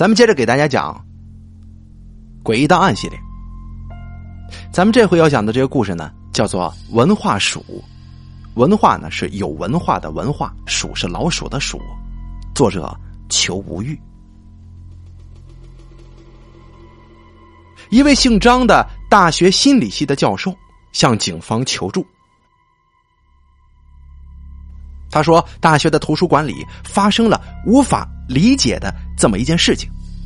咱们接着给大家讲诡异档案系列。咱们这回要讲的这个故事呢，叫做文化鼠。文化呢是有文化的文化，鼠是老鼠的鼠。作者裘无欲。一位姓张的大学心理系的教授向警方求助。他说，大学的图书馆里发生了无法理解的这么一件事情。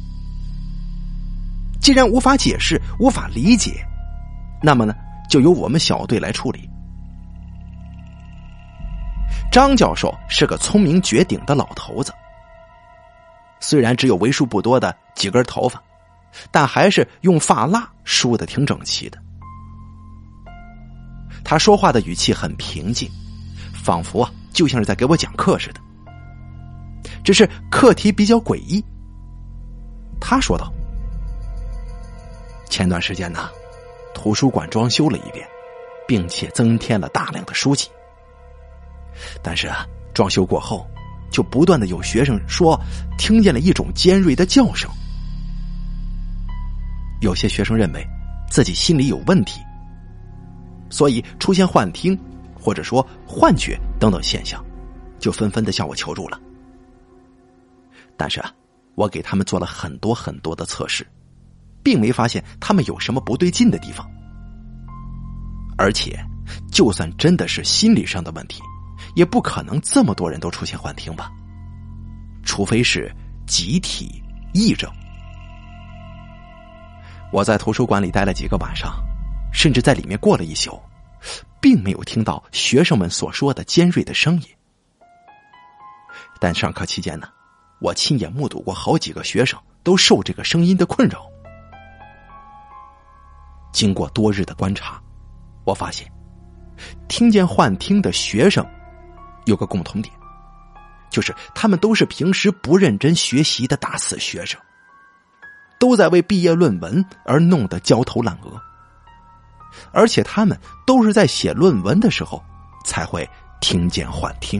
既然无法解释、无法理解，那么呢，就由我们小队来处理。张教授是个聪明绝顶的老头子，虽然只有为数不多的几根头发，但还是用发蜡梳得挺整齐的。他说话的语气很平静，仿佛就像是在给我讲课似的。只是课题比较诡异。他说道，前段时间呢，图书馆装修了一遍，并且增添了大量的书籍。但是装修过后，就不断的有学生说听见了一种尖锐的叫声。有些学生认为自己心里有问题，所以出现幻听或者说幻觉等等现象，就纷纷的向我求助了。但是我给他们做了很多很多的测试，并没发现他们有什么不对劲的地方。而且就算真的是心理上的问题，也不可能这么多人都出现幻听吧，除非是集体癔症。我在图书馆里待了几个晚上，甚至在里面过了一宿，并没有听到学生们所说的尖锐的声音。但上课期间呢，我亲眼目睹过好几个学生都受这个声音的困扰。经过多日的观察，我发现听见幻听的学生有个共同点，就是他们都是平时不认真学习的大四学生，都在为毕业论文而弄得焦头烂额，而且他们都是在写论文的时候才会听见幻听。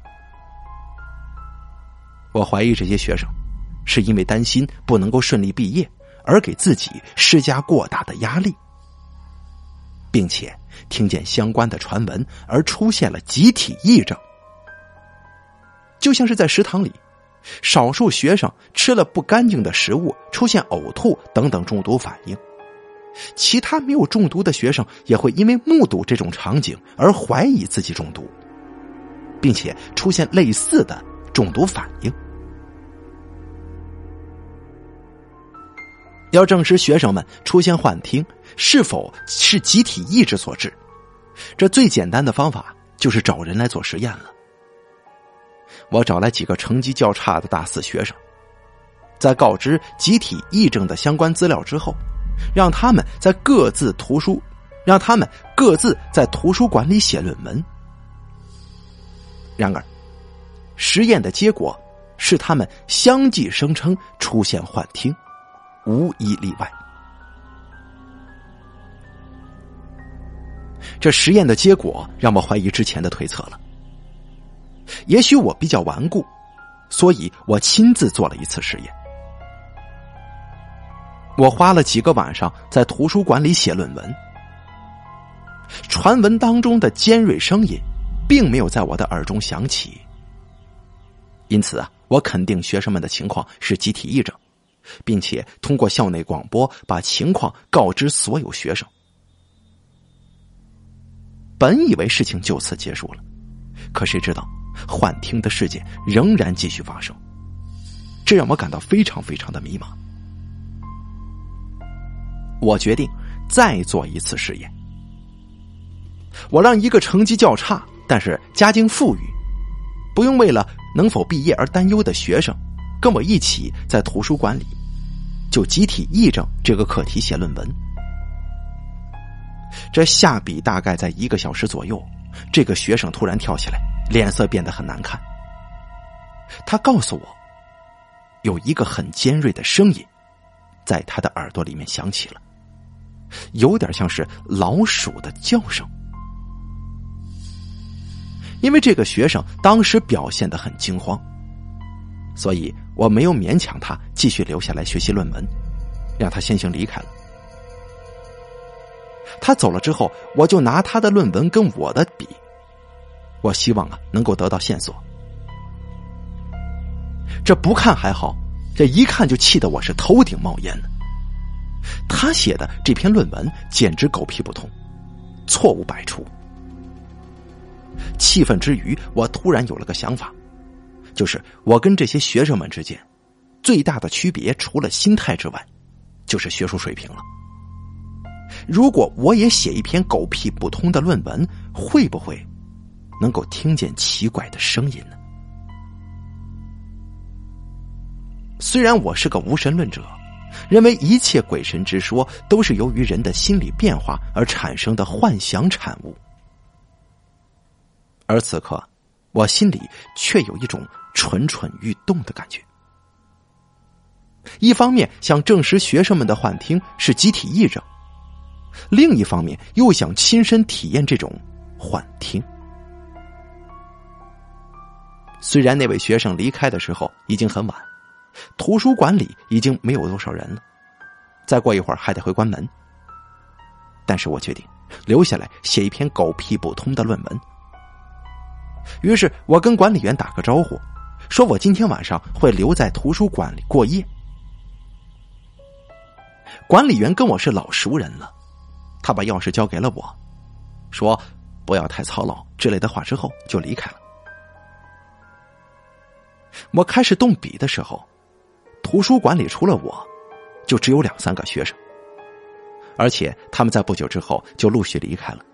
我怀疑这些学生是因为担心不能够顺利毕业而给自己施加过大的压力，并且听见相关的传闻而出现了集体癔症。就像是在食堂里，少数学生吃了不干净的食物，出现呕吐等等中毒反应，其他没有中毒的学生也会因为目睹这种场景而怀疑自己中毒，并且出现类似的中毒反应。要证实学生们出现幻听是否是集体意志所致，这最简单的方法就是找人来做实验了。我找来几个成绩较差的大四学生，在告知集体癔症的相关资料之后，让他们各自在图书馆里写论文。然而实验的结果是他们相继声称出现幻听，无一例外。这实验的结果让我怀疑之前的推测了。也许我比较顽固，所以我亲自做了一次实验。我花了几个晚上在图书馆里写论文，传闻当中的尖锐声音并没有在我的耳中响起，因此我肯定学生们的情况是集体癔症，并且通过校内广播把情况告知所有学生。本以为事情就此结束了，可谁知道幻听的事件仍然继续发生，这让我感到非常非常的迷茫。我决定再做一次实验。我让一个成绩较差但是家境富裕，不用为了能否毕业而担忧的学生跟我一起在图书馆里就集体癔症这个课题写论文。这下笔大概在1个小时左右，这个学生突然跳起来，脸色变得很难看。他告诉我，有一个很尖锐的声音在他的耳朵里面响起了，有点像是老鼠的叫声。因为这个学生当时表现得很惊慌，所以我没有勉强他继续留下来学习论文，让他先行离开了。他走了之后，我就拿他的论文跟我的比，我希望能够得到线索。这不看还好，这一看就气得我是头顶冒烟了。他写的这篇论文简直狗屁不通，错误百出。气愤之余，我突然有了个想法，就是我跟这些学生们之间最大的区别，除了心态之外，就是学术水平了。如果我也写一篇狗屁不通的论文，会不会能够听见奇怪的声音呢？虽然我是个无神论者，认为一切鬼神之说都是由于人的心理变化而产生的幻想产物，而此刻我心里却有一种蠢蠢欲动的感觉。一方面想证实学生们的幻听是集体癔症，另一方面又想亲身体验这种幻听。虽然那位学生离开的时候已经很晚，图书馆里已经没有多少人了，再过一会儿还得会关门，但是我决定留下来写一篇狗屁不通的论文。于是我跟管理员打个招呼，说我今天晚上会留在图书馆里过夜。管理员跟我是老熟人了，他把钥匙交给了我，说不要太操劳之类的话之后就离开了。我开始动笔的时候，图书馆里除了我就只有2-3个学生，而且他们在不久之后就陆续离开了。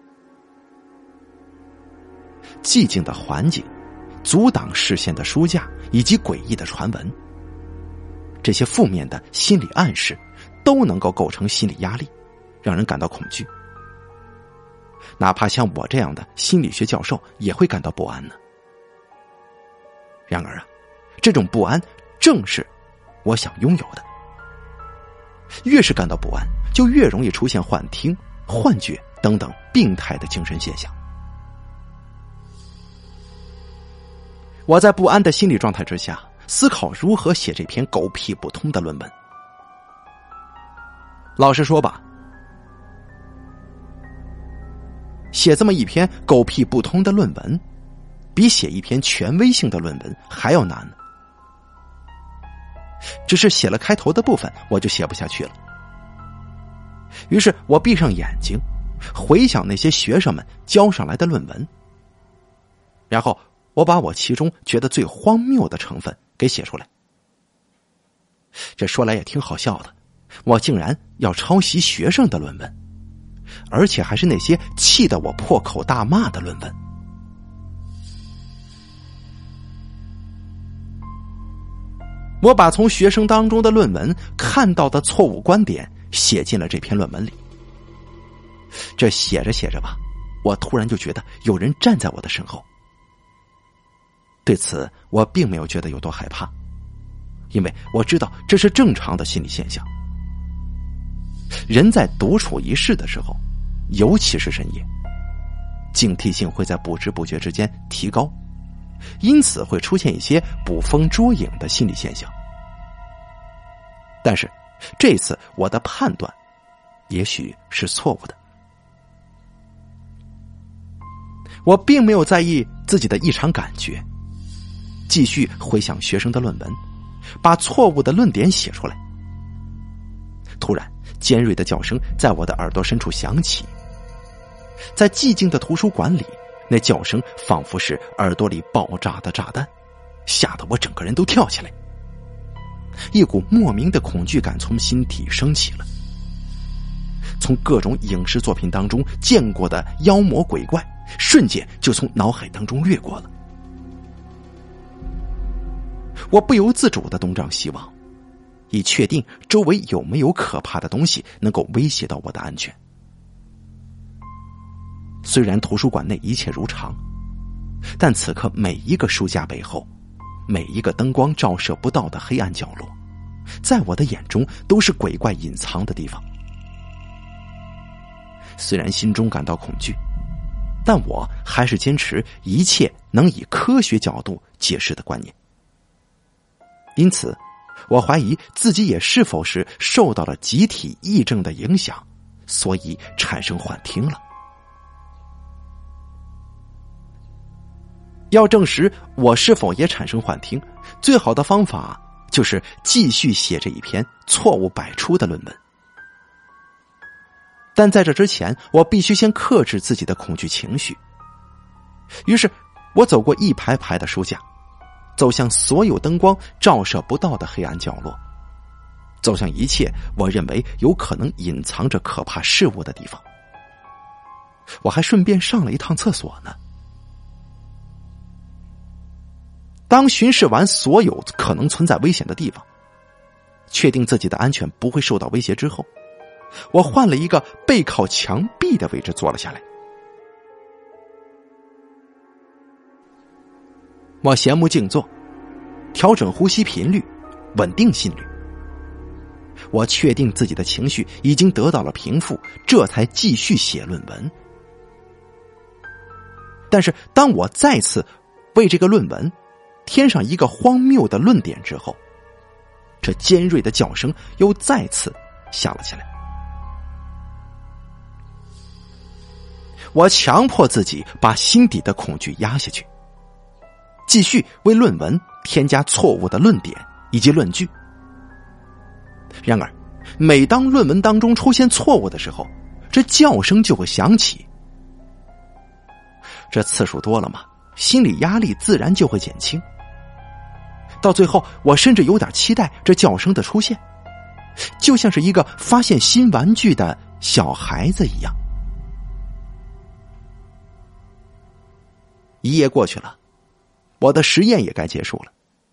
寂静的环境，阻挡视线的书架以及诡异的传闻，这些负面的心理暗示都能够构成心理压力，让人感到恐惧。哪怕像我这样的心理学教授也会感到不安呢。然而这种不安正是我想拥有的。越是感到不安，就越容易出现幻听、幻觉等等病态的精神现象。我在不安的心理状态之下，思考如何写这篇狗屁不通的论文。老实说吧，写这么一篇狗屁不通的论文，比写一篇权威性的论文还要难呢。只是写了开头的部分，我就写不下去了。于是我闭上眼睛，回想那些学生们交上来的论文，然后我把我其中觉得最荒谬的成分给写出来。这说来也挺好笑的，我竟然要抄袭学生的论文，而且还是那些气得我破口大骂的论文。我把从学生当中的论文看到的错误观点写进了这篇论文里。这写着写着吧，我突然就觉得有人站在我的身后。对此我并没有觉得有多害怕，因为我知道这是正常的心理现象。人在独处一室的时候，尤其是深夜，警惕性会在不知不觉之间提高，因此会出现一些捕风捉影的心理现象。但是这次我的判断也许是错误的。我并没有在意自己的异常感觉，继续回想学生的论文，把错误的论点写出来。突然尖锐的叫声在我的耳朵深处响起，在寂静的图书馆里，那叫声仿佛是耳朵里爆炸的炸弹，吓得我整个人都跳起来。一股莫名的恐惧感从心底升起了，从各种影视作品当中见过的妖魔鬼怪瞬间就从脑海当中掠过了。我不由自主地东张西望，以确定周围有没有可怕的东西能够威胁到我的安全。虽然图书馆内一切如常，但此刻每一个书架背后，每一个灯光照射不到的黑暗角落，在我的眼中都是鬼怪隐藏的地方。虽然心中感到恐惧，但我还是坚持一切能以科学角度解释的观念。 因此我怀疑自己也是否是受到了集体癔症的影响，所以产生幻听了。要证实我是否也产生幻听，最好的方法就是继续写这一篇错误百出的论文。但在这之前，我必须先克制自己的恐惧情绪。于是我走过一排排的书架，走向所有灯光照射不到的黑暗角落，走向一切我认为有可能隐藏着可怕事物的地方。我还顺便上了一趟厕所呢。当巡视完所有可能存在危险的地方，确定自己的安全不会受到威胁之后，我换了一个背靠墙壁的位置坐了下来。我闲目静坐，调整呼吸频率，稳定心率。我确定自己的情绪已经得到了平复，这才继续写论文。但是当我再次为这个论文添上一个荒谬的论点之后，这尖锐的叫声又再次响了起来。我强迫自己把心底的恐惧压下去，继续为论文添加错误的论点以及论据。然而每当论文当中出现错误的时候，这叫声就会响起。这次数多了嘛，心理压力自然就会减轻。到最后我甚至有点期待这叫声的出现，就像是一个发现新玩具的小孩子一样。一夜过去了，我的实验也该结束了。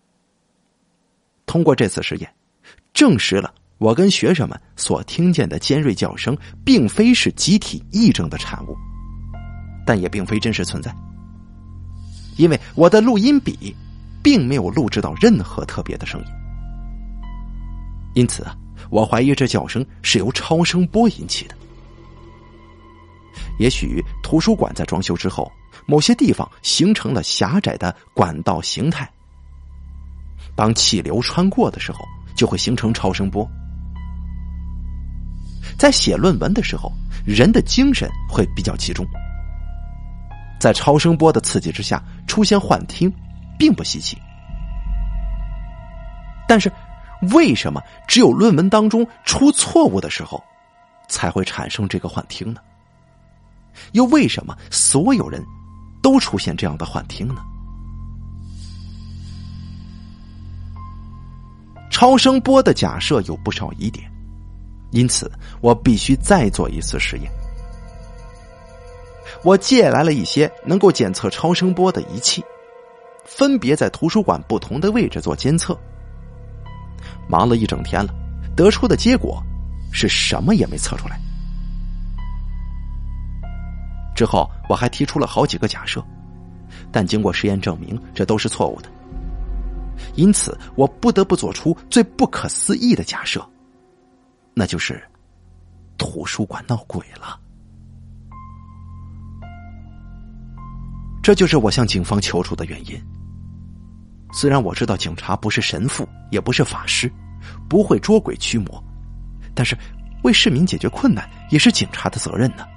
通过这次实验，证实了我跟学生们所听见的尖锐叫声并非是集体癔症的产物，但也并非真实存在。因为我的录音笔并没有录制到任何特别的声音，因此我怀疑这叫声是由超声波引起的。也许图书馆在装修之后，某些地方形成了狭窄的管道形态，当气流穿过的时候就会形成超声波。在写论文的时候，人的精神会比较集中，在超声波的刺激之下出现幻听并不稀奇。但是为什么只有论文当中出错误的时候才会产生这个幻听呢？又为什么所有人都出现这样的幻听呢？超声波的假设有不少疑点，因此我必须再做一次实验。我借来了一些能够检测超声波的仪器，分别在图书馆不同的位置做监测。忙了一整天了，得出的结果是什么也没测出来。之后我还提出了好几个假设，但经过实验证明这都是错误的。因此我不得不做出最不可思议的假设，那就是图书馆闹鬼了。这就是我向警方求助的原因。虽然我知道警察不是神父，也不是法师，不会捉鬼驱魔，但是为市民解决困难也是警察的责任呢。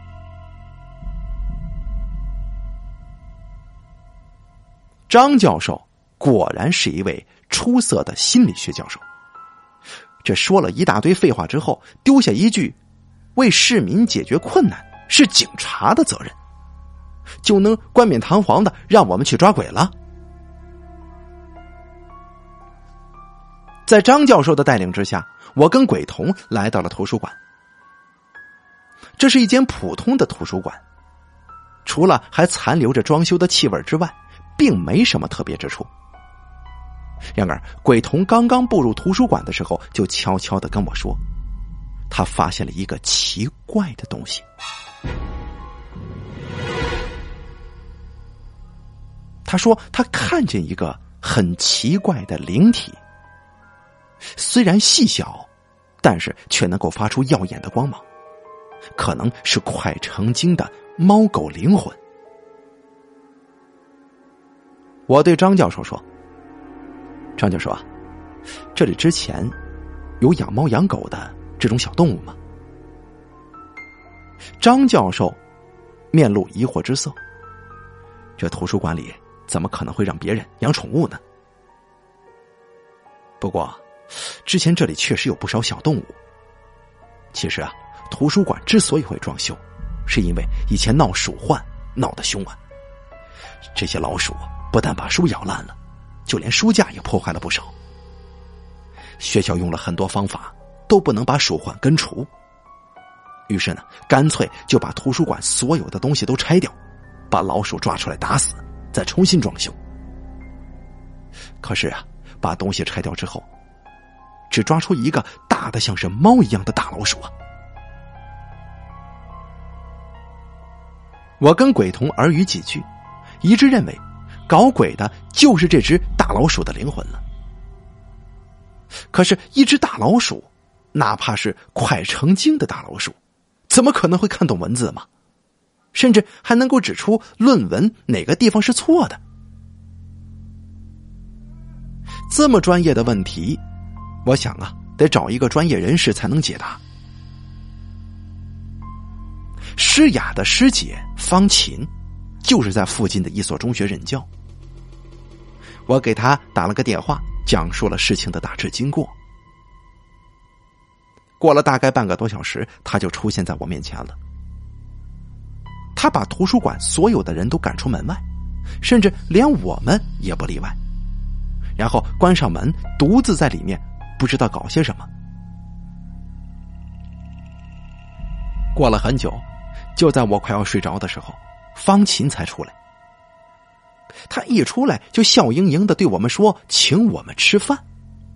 张教授果然是一位出色的心理学教授，这说了一大堆废话之后，丢下一句为市民解决困难是警察的责任，就能冠冕堂皇的让我们去抓鬼了。在张教授的带领之下，我跟鬼童来到了图书馆。这是一间普通的图书馆，除了还残留着装修的气味之外，并没什么特别之处。然而鬼童刚刚步入图书馆的时候，就悄悄地跟我说，他发现了一个奇怪的东西。他说他看见一个很奇怪的灵体，虽然细小，但是却能够发出耀眼的光芒，可能是快成精的猫狗灵魂。我对张教授说，张教授啊， 这里之前有养猫养狗的这种小动物吗？张教授面露疑惑之色，这图书馆里怎么可能会让别人养宠物呢？不过之前这里确实有不少小动物。其实啊，图书馆之所以会装修，是因为以前闹鼠患闹得凶啊。这些老鼠不但把书咬烂了，就连书架也破坏了不少。学校用了很多方法都不能把鼠患根除，于是呢，干脆就把图书馆所有的东西都拆掉，把老鼠抓出来打死，再重新装修。可是啊，把东西拆掉之后，只抓出一个大的像是猫一样的大老鼠啊！我跟鬼童耳语几句，一致认为搞鬼的就是这只大老鼠的灵魂了。可是一只大老鼠，哪怕是快成精的大老鼠，怎么可能会看懂文字嘛？甚至还能够指出论文哪个地方是错的。这么专业的问题，我想啊，得找一个专业人士才能解答。诗雅的师姐方琴就是在附近的一所中学任教。我给她打了个电话，讲述了事情的大致经过。过了大概半个多小时，她就出现在我面前了。她把图书馆所有的人都赶出门外，甚至连我们也不例外，然后关上门，独自在里面不知道搞些什么。过了很久，就在我快要睡着的时候，方琴才出来。他一出来就笑盈盈地对我们说请我们吃饭。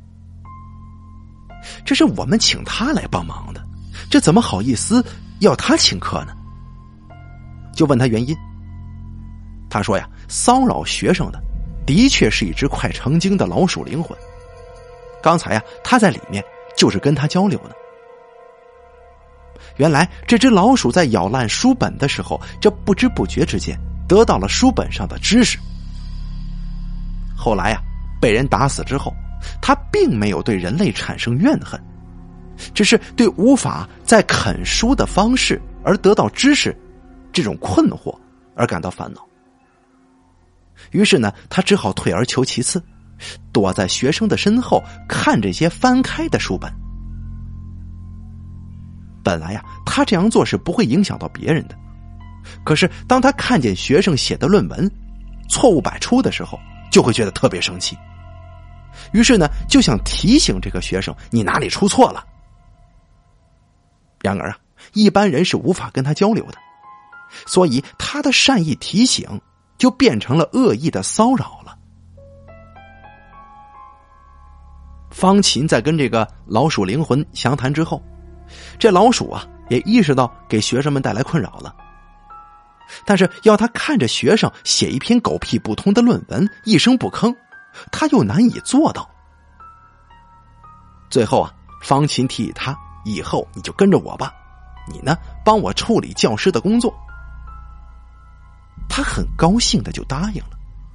这是我们请他来帮忙的，这怎么好意思要他请客呢？就问他原因。他说呀，骚扰学生的的确是一只快成精的老鼠灵魂。刚才呀，他在里面就是跟他交流呢。原来这只老鼠在咬烂书本的时候，这不知不觉之间得到了书本上的知识。后来呀，被人打死之后，他并没有对人类产生怨恨，只是对无法在啃书的方式而得到知识这种困惑而感到烦恼。于是呢，他只好退而求其次，躲在学生的身后看这些翻开的书本。本来呀，他这样做是不会影响到别人的，可是当他看见学生写的论文错误百出的时候，就会觉得特别生气。于是呢，就想提醒这个学生你哪里出错了。然而啊，一般人是无法跟他交流的，所以他的善意提醒就变成了恶意的骚扰了。方琴在跟这个老鼠灵魂详谈之后，这老鼠啊也意识到给学生们带来困扰了，但是要他看着学生写一篇狗屁不通的论文一声不吭，他又难以做到。最后啊，方琴提议他以后你就跟着我吧，你呢帮我处理教师的工作。他很高兴的就答应了。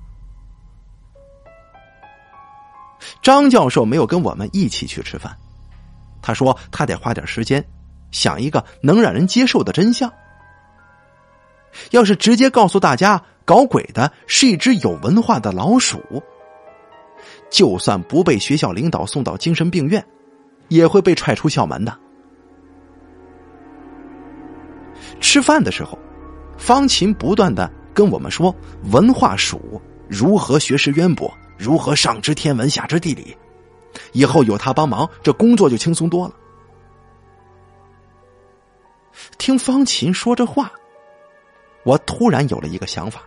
张教授没有跟我们一起去吃饭，他说他得花点时间想一个能让人接受的真相。要是直接告诉大家搞鬼的是一只有文化的老鼠，就算不被学校领导送到精神病院，也会被踹出校门的。吃饭的时候，方琴不断的跟我们说文化鼠如何学识渊博，如何上知天文下知地理，以后有他帮忙，这工作就轻松多了。听方琴说这话，我突然有了一个想法。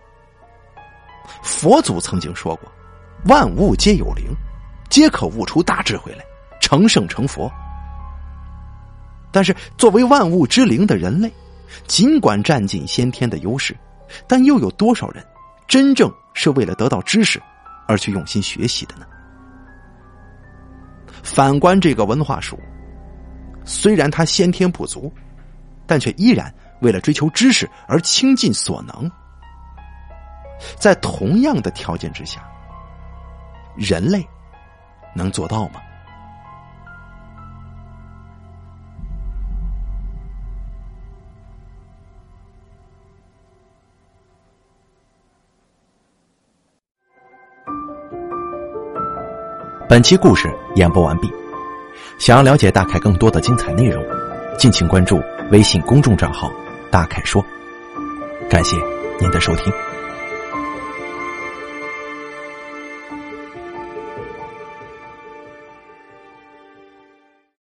佛祖曾经说过，万物皆有灵，皆可悟出大智慧来，成圣成佛。但是作为万物之灵的人类，尽管占尽先天的优势，但又有多少人真正是为了得到知识而去用心学习的呢？反观这个文化鼠，虽然他先天不足，但却依然为了追求知识而倾尽所能。在同样的条件之下，人类能做到吗？本期故事演播完毕。想要了解大凯更多的精彩内容，敬请关注微信公众账号大凯说。感谢您的收听。